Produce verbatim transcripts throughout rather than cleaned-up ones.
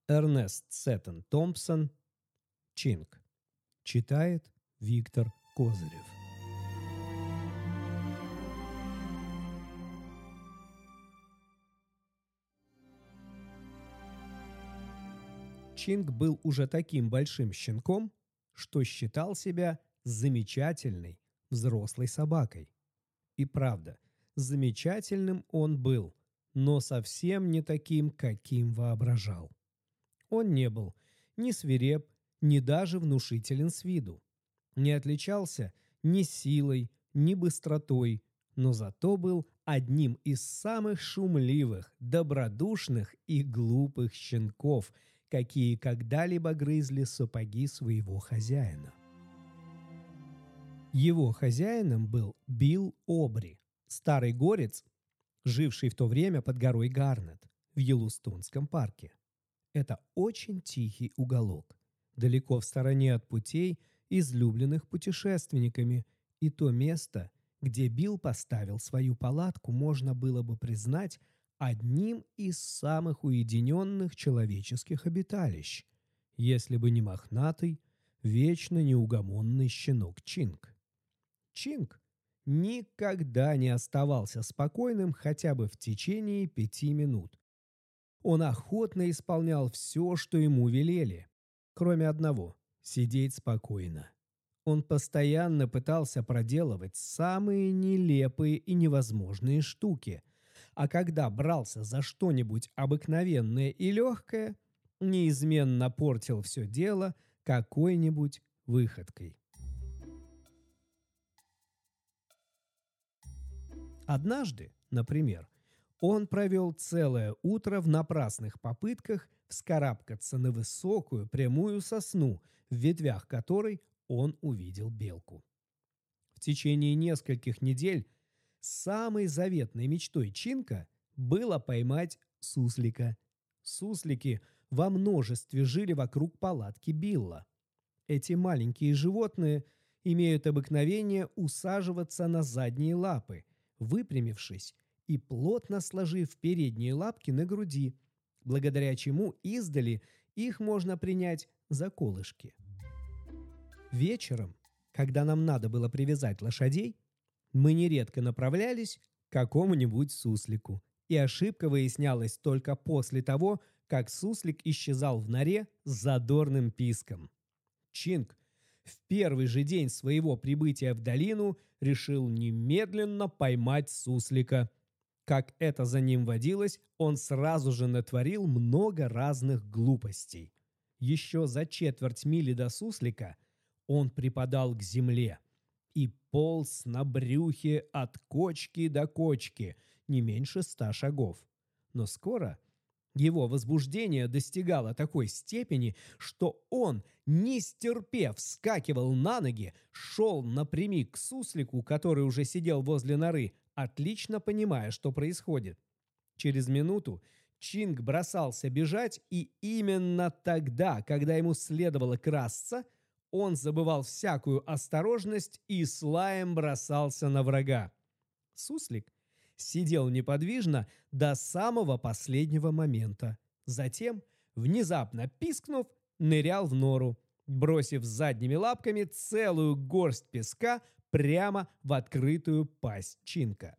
Эрнест Сеттон Томпсон. Чинг. Читает Виктор Козырев. Чинг был уже таким большим щенком, что считал себя замечательной взрослой собакой. И правда, замечательным он был, но совсем не таким, каким воображал. Он не был ни свиреп, ни даже внушителен с виду. Не отличался ни силой, ни быстротой, но зато был одним из самых шумливых, добродушных и глупых щенков, какие когда-либо грызли сапоги своего хозяина. Его хозяином был Билл Обри, старый горец, живший в то время под горой Гарнет в Йеллоустонском парке. Это очень тихий уголок, далеко в стороне от путей, излюбленных путешественниками, и то место, где Билл поставил свою палатку, можно было бы признать одним из самых уединенных человеческих обиталищ, если бы не мохнатый, вечно неугомонный щенок Чинг. Чинг никогда не оставался спокойным хотя бы в течение пяти минут. Он охотно исполнял все, что ему велели, кроме одного – сидеть спокойно. Он постоянно пытался проделывать самые нелепые и невозможные штуки, а когда брался за что-нибудь обыкновенное и легкое, неизменно портил все дело какой-нибудь выходкой. Однажды, например, он провел целое утро в напрасных попытках вскарабкаться на высокую прямую сосну, в ветвях которой он увидел белку. В течение нескольких недель самой заветной мечтой Чинга было поймать суслика. Суслики во множестве жили вокруг палатки Билла. Эти маленькие животные имеют обыкновение усаживаться на задние лапы, выпрямившись и плотно сложив передние лапки на груди, благодаря чему издали их можно принять за колышки. Вечером, когда нам надо было привязать лошадей, мы нередко направлялись к какому-нибудь суслику, и ошибка выяснялась только после того, как суслик исчезал в норе с задорным писком. Чинг в первый же день своего прибытия в долину решил немедленно поймать суслика. Как это за ним водилось, он сразу же натворил много разных глупостей. Еще за четверть мили до суслика он припадал к земле и полз на брюхе от кочки до кочки, не меньше ста шагов. Но скоро его возбуждение достигало такой степени, что он, не стерпев, вскакивал на ноги, шел напрямик к суслику, который уже сидел возле норы, отлично понимая, что происходит. Через минуту Чинг бросался бежать, и именно тогда, когда ему следовало красться, он забывал всякую осторожность и с лаем бросался на врага. Суслик сидел неподвижно до самого последнего момента. Затем, внезапно пискнув, нырял в нору, бросив задними лапками целую горсть песка прямо в открытую пасть Чинга.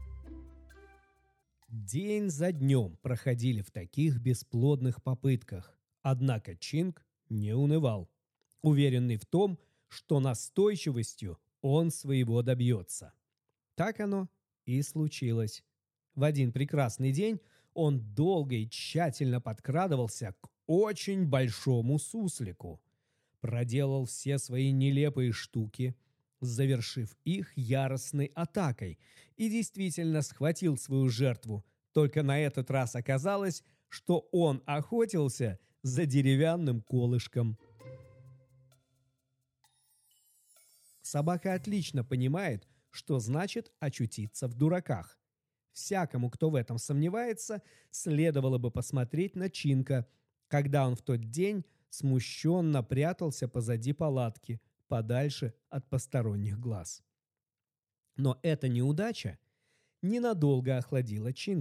День за днем проходили в таких бесплодных попытках, однако Чинг не унывал, уверенный в том, что настойчивостью он своего добьется. Так оно и случилось. В один прекрасный день он долго и тщательно подкрадывался к очень большому суслику, проделал все свои нелепые штуки, завершив их яростной атакой, и действительно схватил свою жертву, только на этот раз оказалось, что он охотился за деревянным колышком. Собака отлично понимает, что значит очутиться в дураках. Всякому, кто в этом сомневается, следовало бы посмотреть на Чинга, когда он в тот день смущенно прятался позади палатки, подальше от посторонних глаз. Но эта неудача ненадолго охладила Чинга,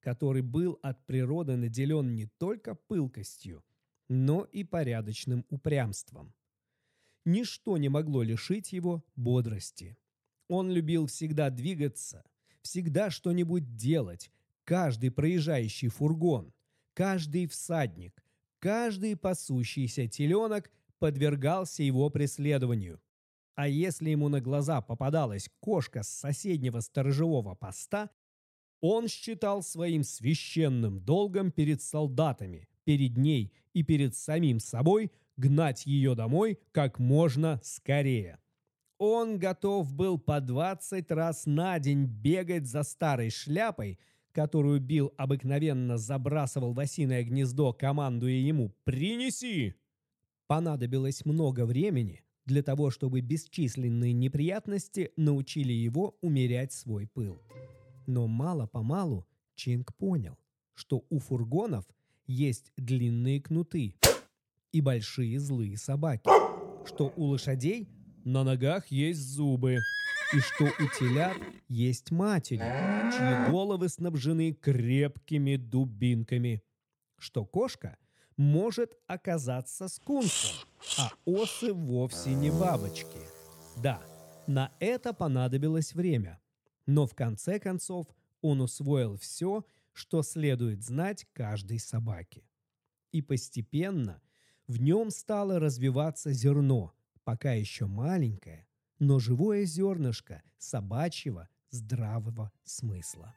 который был от природы наделен не только пылкостью, но и порядочным упрямством. Ничто не могло лишить его бодрости. Он любил всегда двигаться, всегда что-нибудь делать. Каждый проезжающий фургон, каждый всадник, каждый пасущийся теленок подвергался его преследованию. А если ему на глаза попадалась кошка с соседнего сторожевого поста, он считал своим священным долгом перед солдатами, перед ней и перед самим собой гнать ее домой как можно скорее. Он готов был по двадцать раз на день бегать за старой шляпой, которую Билл обыкновенно забрасывал в осиное гнездо, командуя ему «Принеси!». Понадобилось много времени для того, чтобы бесчисленные неприятности научили его умерять свой пыл. Но мало-помалу Чинг понял, что у фургонов есть длинные кнуты и большие злые собаки, что у лошадей на ногах есть зубы, и что у телят есть матери, чьи головы снабжены крепкими дубинками, что кошка может оказаться скунсом, а осы вовсе не бабочки. Да, на это понадобилось время, но в конце концов он усвоил все, что следует знать каждой собаке. И постепенно в нем стало развиваться зерно, пока еще маленькое, но живое зернышко собачьего здравого смысла.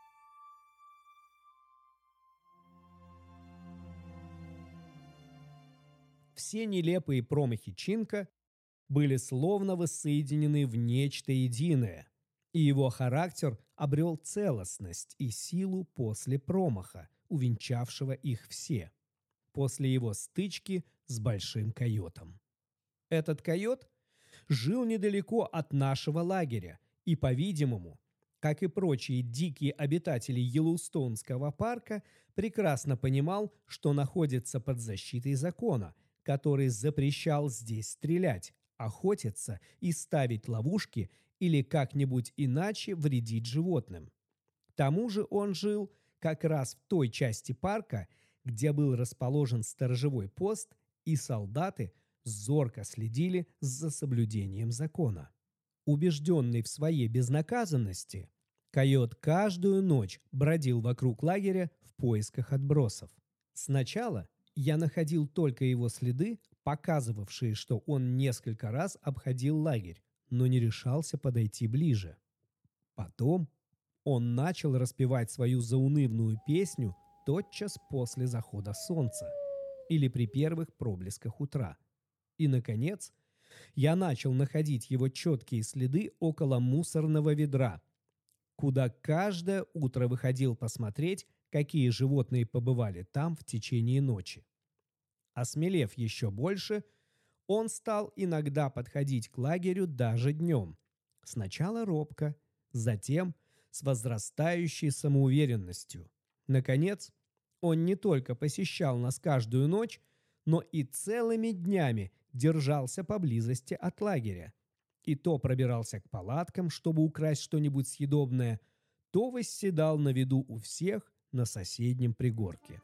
Все нелепые промахи Чинка были словно воссоединены в нечто единое, и его характер обрел целостность и силу после промаха, увенчавшего их все, после его стычки с Большим Койотом. Этот койот жил недалеко от нашего лагеря и, по-видимому, как и прочие дикие обитатели Йеллоустонского парка, прекрасно понимал, что находится под защитой закона, который запрещал здесь стрелять, охотиться и ставить ловушки или как-нибудь иначе вредить животным. К тому же он жил как раз в той части парка, где был расположен сторожевой пост, и солдаты зорко следили за соблюдением закона. Убежденный в своей безнаказанности, койот каждую ночь бродил вокруг лагеря в поисках отбросов. Сначала я находил только его следы, показывавшие, что он несколько раз обходил лагерь, но не решался подойти ближе. Потом он начал распевать свою заунывную песню тотчас после захода солнца или при первых проблесках утра. И, наконец, я начал находить его четкие следы около мусорного ведра, куда каждое утро выходил посмотреть, какие животные побывали там в течение ночи. Осмелев еще больше, он стал иногда подходить к лагерю даже днем. Сначала робко, затем с возрастающей самоуверенностью. Наконец, он не только посещал нас каждую ночь, но и целыми днями держался поблизости от лагеря. И то пробирался к палаткам, чтобы украсть что-нибудь съедобное, то восседал на виду у всех на соседнем пригорке.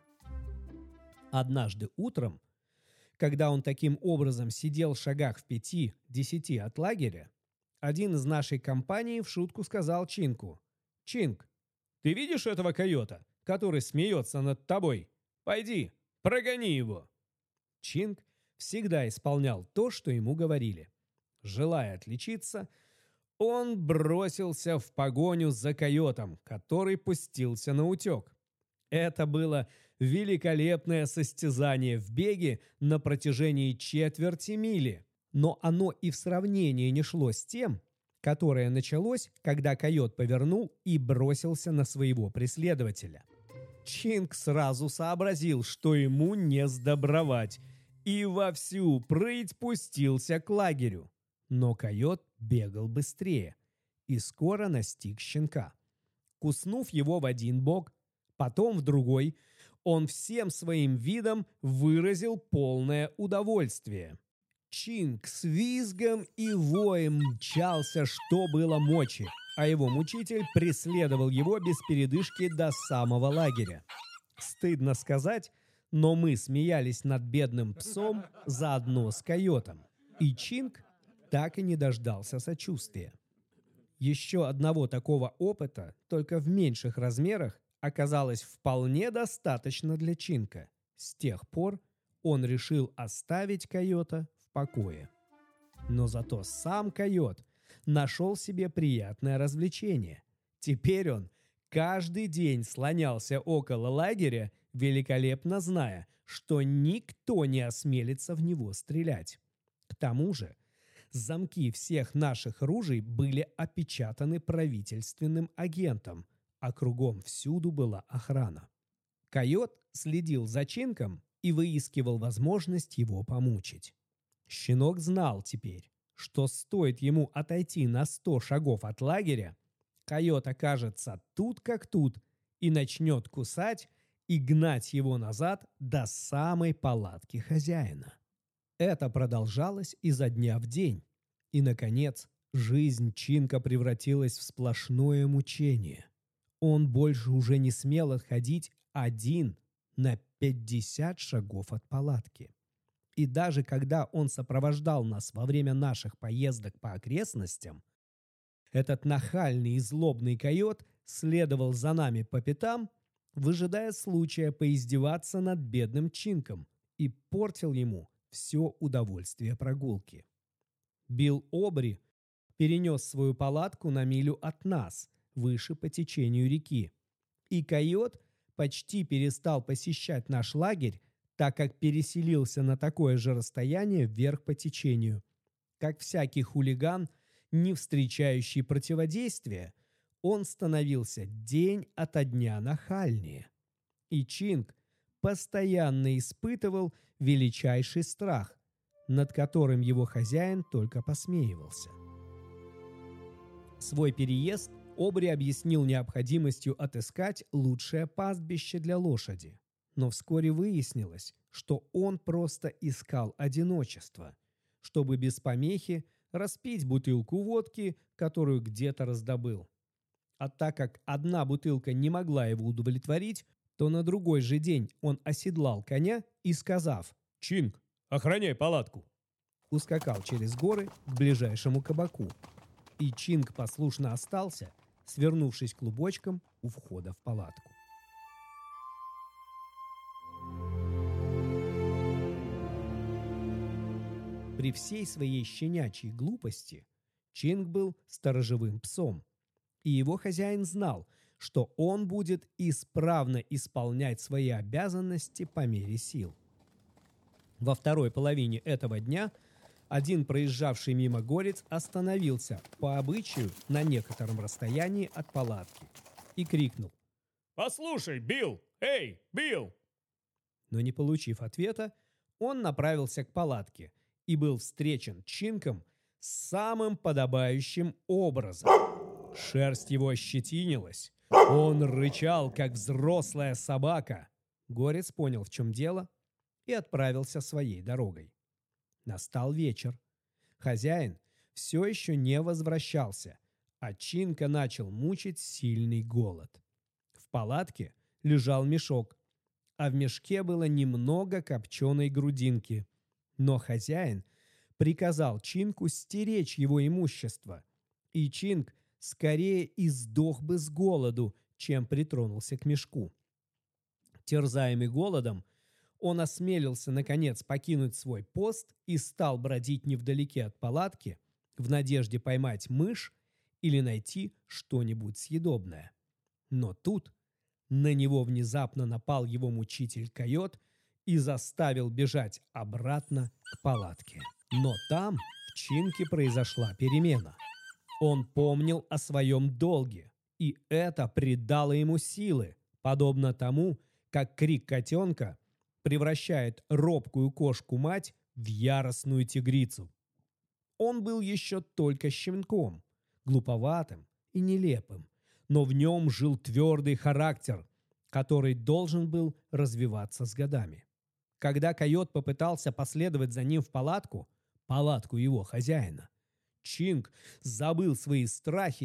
Однажды утром, когда он таким образом сидел в шагах в пяти-десяти от лагеря, один из нашей компании в шутку сказал Чинку: «Чинк, ты видишь этого койота, который смеется над тобой? Пойди, прогони его!» Чинк всегда исполнял то, что ему говорили. Желая отличиться, он бросился в погоню за койотом, который пустился на утек. Это было великолепное состязание в беге на протяжении четверти мили, но оно и в сравнении не шло с тем, которое началось, когда койот повернул и бросился на своего преследователя. Чинк сразу сообразил, что ему не сдобровать, и во всю прыть пустился к лагерю. Но койот бегал быстрее и скоро настиг щенка. Куснув его в один бок, потом в другой, он всем своим видом выразил полное удовольствие. Чинк с визгом и воем мчался, что было мочи, а его мучитель преследовал его без передышки до самого лагеря. Стыдно сказать, но мы смеялись над бедным псом заодно с койотом, и Чинг так и не дождался сочувствия. Еще одного такого опыта, только в меньших размерах, оказалось вполне достаточно для Чинка. С тех пор он решил оставить койота в покое. Но зато сам койот нашел себе приятное развлечение. Теперь он каждый день слонялся около лагеря, великолепно зная, что никто не осмелится в него стрелять. К тому же замки всех наших ружей были опечатаны правительственным агентом, а кругом всюду была охрана. Койот следил за Чинком и выискивал возможность его помучить. Щенок знал теперь, что стоит ему отойти на сто шагов от лагеря, койот окажется тут как тут и начнет кусать и гнать его назад до самой палатки хозяина. Это продолжалось изо дня в день, и, наконец, жизнь Чинка превратилась в сплошное мучение. Он больше уже не смел отходить один на пятьдесят шагов от палатки. И даже когда он сопровождал нас во время наших поездок по окрестностям, этот нахальный и злобный койот следовал за нами по пятам, выжидая случая поиздеваться над бедным Чинком, и портил ему все удовольствие прогулки. Билл Обри перенес свою палатку на милю от нас, выше по течению реки, и койот почти перестал посещать наш лагерь, так как переселился на такое же расстояние вверх по течению. Как всякий хулиган, не встречающий противодействия, он становился день ото дня нахальнее. И Чинк постоянно испытывал величайший страх, над которым его хозяин только посмеивался. Свой переезд Обри объяснил необходимостью отыскать лучшее пастбище для лошади. Но вскоре выяснилось, что он просто искал одиночество, чтобы без помехи распить бутылку водки, которую где-то раздобыл. А так как одна бутылка не могла его удовлетворить, то на другой же день он оседлал коня и, сказав «Чинк, охраняй палатку!», ускакал через горы к ближайшему кабаку. И Чинк послушно остался, свернувшись клубочком у входа в палатку. При всей своей щенячьей глупости Чинк был сторожевым псом, и его хозяин знал, что он будет исправно исполнять свои обязанности по мере сил. Во второй половине этого дня один проезжавший мимо горец остановился по обычаю на некотором расстоянии от палатки и крикнул: «Послушай, Билл! Эй, Билл!» Но не получив ответа, он направился к палатке и был встречен Чинком самым подобающим образом. Шерсть его ощетинилась, он рычал, как взрослая собака. Горец понял, в чем дело, и отправился своей дорогой. Настал вечер. Хозяин все еще не возвращался, а Чинка начал мучить сильный голод. В палатке лежал мешок, а в мешке было немного копченой грудинки. Но хозяин приказал Чинку стеречь его имущество, и Чинк скорее издох бы с голоду, чем притронулся к мешку. Терзаемый голодом, он осмелился, наконец, покинуть свой пост и стал бродить невдалеке от палатки в надежде поймать мышь или найти что-нибудь съедобное. Но тут на него внезапно напал его мучитель-койот и заставил бежать обратно к палатке. Но там в Чинке произошла перемена. Он помнил о своем долге, и это придало ему силы, подобно тому, как крик котенка превращает робкую кошку-мать в яростную тигрицу. Он был еще только щенком, глуповатым и нелепым, но в нем жил твердый характер, который должен был развиваться с годами. Когда койот попытался последовать за ним в палатку, палатку его хозяина, Чинк забыл свои страхи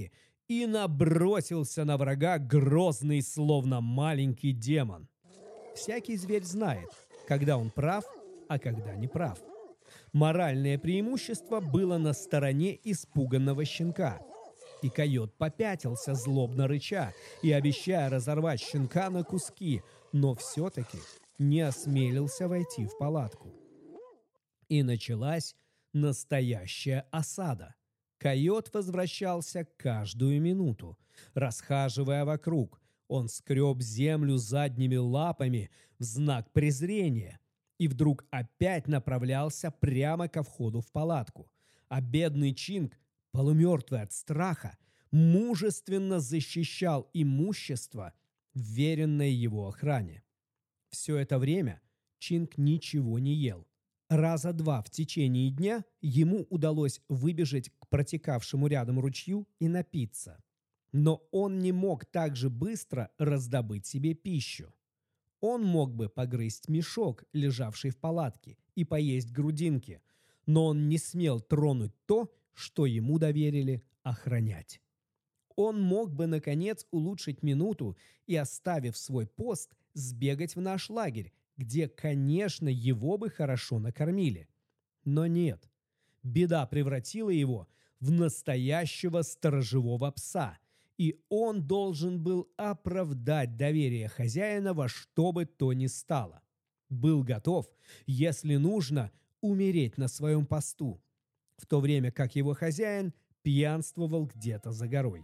и набросился на врага грозный, словно маленький демон. Всякий зверь знает, когда он прав, а когда не прав. Моральное преимущество было на стороне испуганного щенка. И койот попятился, злобно рыча, и обещая разорвать щенка на куски, но все-таки не осмелился войти в палатку. И началась настоящая осада. Койот возвращался каждую минуту, расхаживая вокруг. Он скреб землю задними лапами в знак презрения и вдруг опять направлялся прямо ко входу в палатку. А бедный Чинг, полумертвый от страха, мужественно защищал имущество, вверенное его охране. Все это время Чинг ничего не ел. Раза два в течение дня ему удалось выбежать к протекавшему рядом ручью и напиться. Но он не мог так же быстро раздобыть себе пищу. Он мог бы погрызть мешок, лежавший в палатке, и поесть грудинки, но он не смел тронуть то, что ему доверили охранять. Он мог бы, наконец, улучшить минуту и, оставив свой пост, сбегать в наш лагерь, где, конечно, его бы хорошо накормили. Но нет. Беда превратила его в настоящего сторожевого пса, и он должен был оправдать доверие хозяина во что бы то ни стало. Был готов, если нужно, умереть на своем посту, в то время как его хозяин пьянствовал где-то за горой.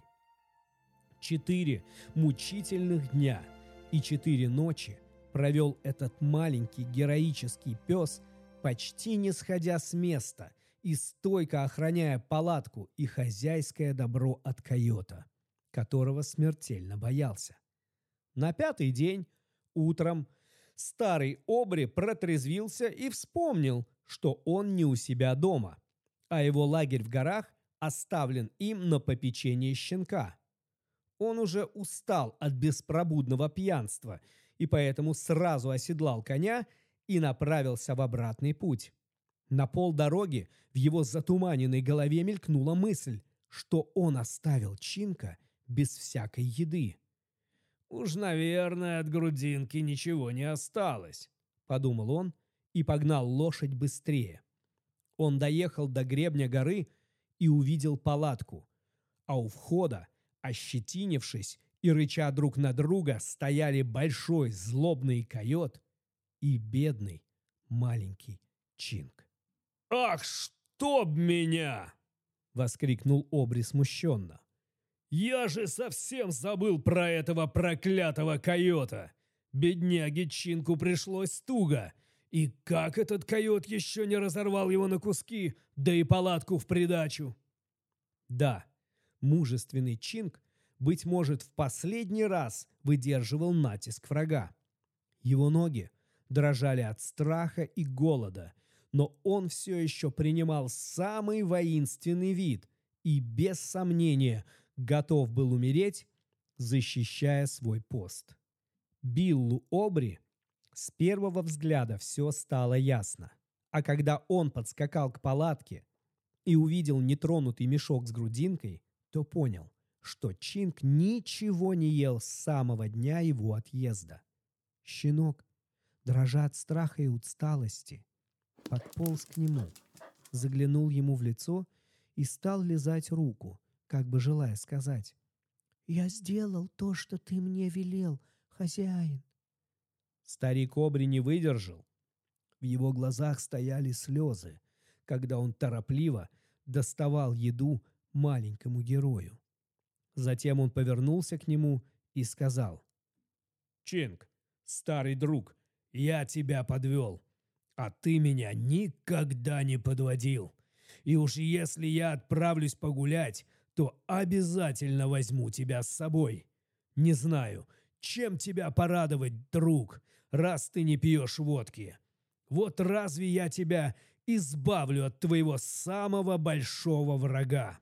Четыре мучительных дня и четыре ночи провел этот маленький героический пес, почти не сходя с места и стойко охраняя палатку и хозяйское добро от койота, которого смертельно боялся. На пятый день, утром, старый Обри протрезвился и вспомнил, что он не у себя дома, а его лагерь в горах оставлен им на попечение щенка. Он уже устал от беспробудного пьянства и поэтому сразу оседлал коня и направился в обратный путь. На полдороги в его затуманенной голове мелькнула мысль, что он оставил Чинка без всякой еды. «Уж, наверное, от грудинки ничего не осталось», — подумал он и погнал лошадь быстрее. Он доехал до гребня горы и увидел палатку, а у входа, ощетинившись и рыча друг на друга, стояли большой злобный койот и бедный маленький Чинг. «Ах, чтоб меня!» — воскликнул Обри смущенно. «Я же совсем забыл про этого проклятого койота! Бедняге Чинку пришлось туго, и как этот койот еще не разорвал его на куски, да и палатку в придачу!» Да, мужественный Чинг, быть может, в последний раз выдерживал натиск врага. Его ноги дрожали от страха и голода, но он все еще принимал самый воинственный вид и, без сомнения, готов был умереть, защищая свой пост. Биллу Обри с первого взгляда все стало ясно, а когда он подскакал к палатке и увидел нетронутый мешок с грудинкой, то понял, что Чинг ничего не ел с самого дня его отъезда. Щенок, дрожа от страха и усталости, подполз к нему, заглянул ему в лицо и стал лизать руку, как бы желая сказать: «Я сделал то, что ты мне велел, хозяин». Старик Обри не выдержал. В его глазах стояли слезы, когда он торопливо доставал еду маленькому герою. Затем он повернулся к нему и сказал: «Чинг, старый друг, я тебя подвел, а ты меня никогда не подводил. И уж если я отправлюсь погулять, то обязательно возьму тебя с собой. Не знаю, чем тебя порадовать, друг, раз ты не пьешь водки. Вот разве я тебя избавлю от твоего самого большого врага?»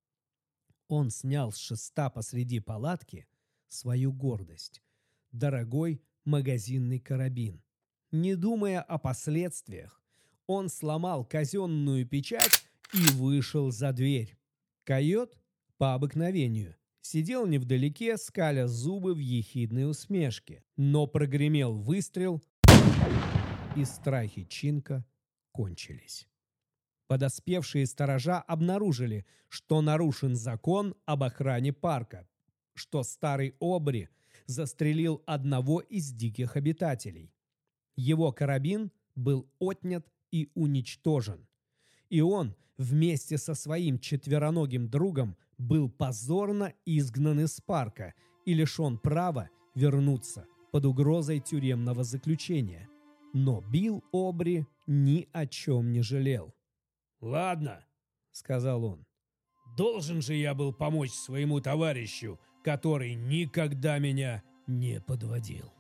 Он снял с шеста посреди палатки свою гордость – дорогой магазинный карабин. Не думая о последствиях, он сломал казенную печать и вышел за дверь. Койот, по обыкновению, сидел невдалеке, скаля зубы в ехидной усмешке. Но прогремел выстрел, и страхи Чинка кончились. Подоспевшие сторожа обнаружили, что нарушен закон об охране парка, что старый Обри застрелил одного из диких обитателей. Его карабин был отнят и уничтожен, и он вместе со своим четвероногим другом был позорно изгнан из парка и лишен права вернуться под угрозой тюремного заключения. Но Билл Обри ни о чем не жалел. «Ладно», — сказал он, — «должен же я был помочь своему товарищу, который никогда меня не подводил».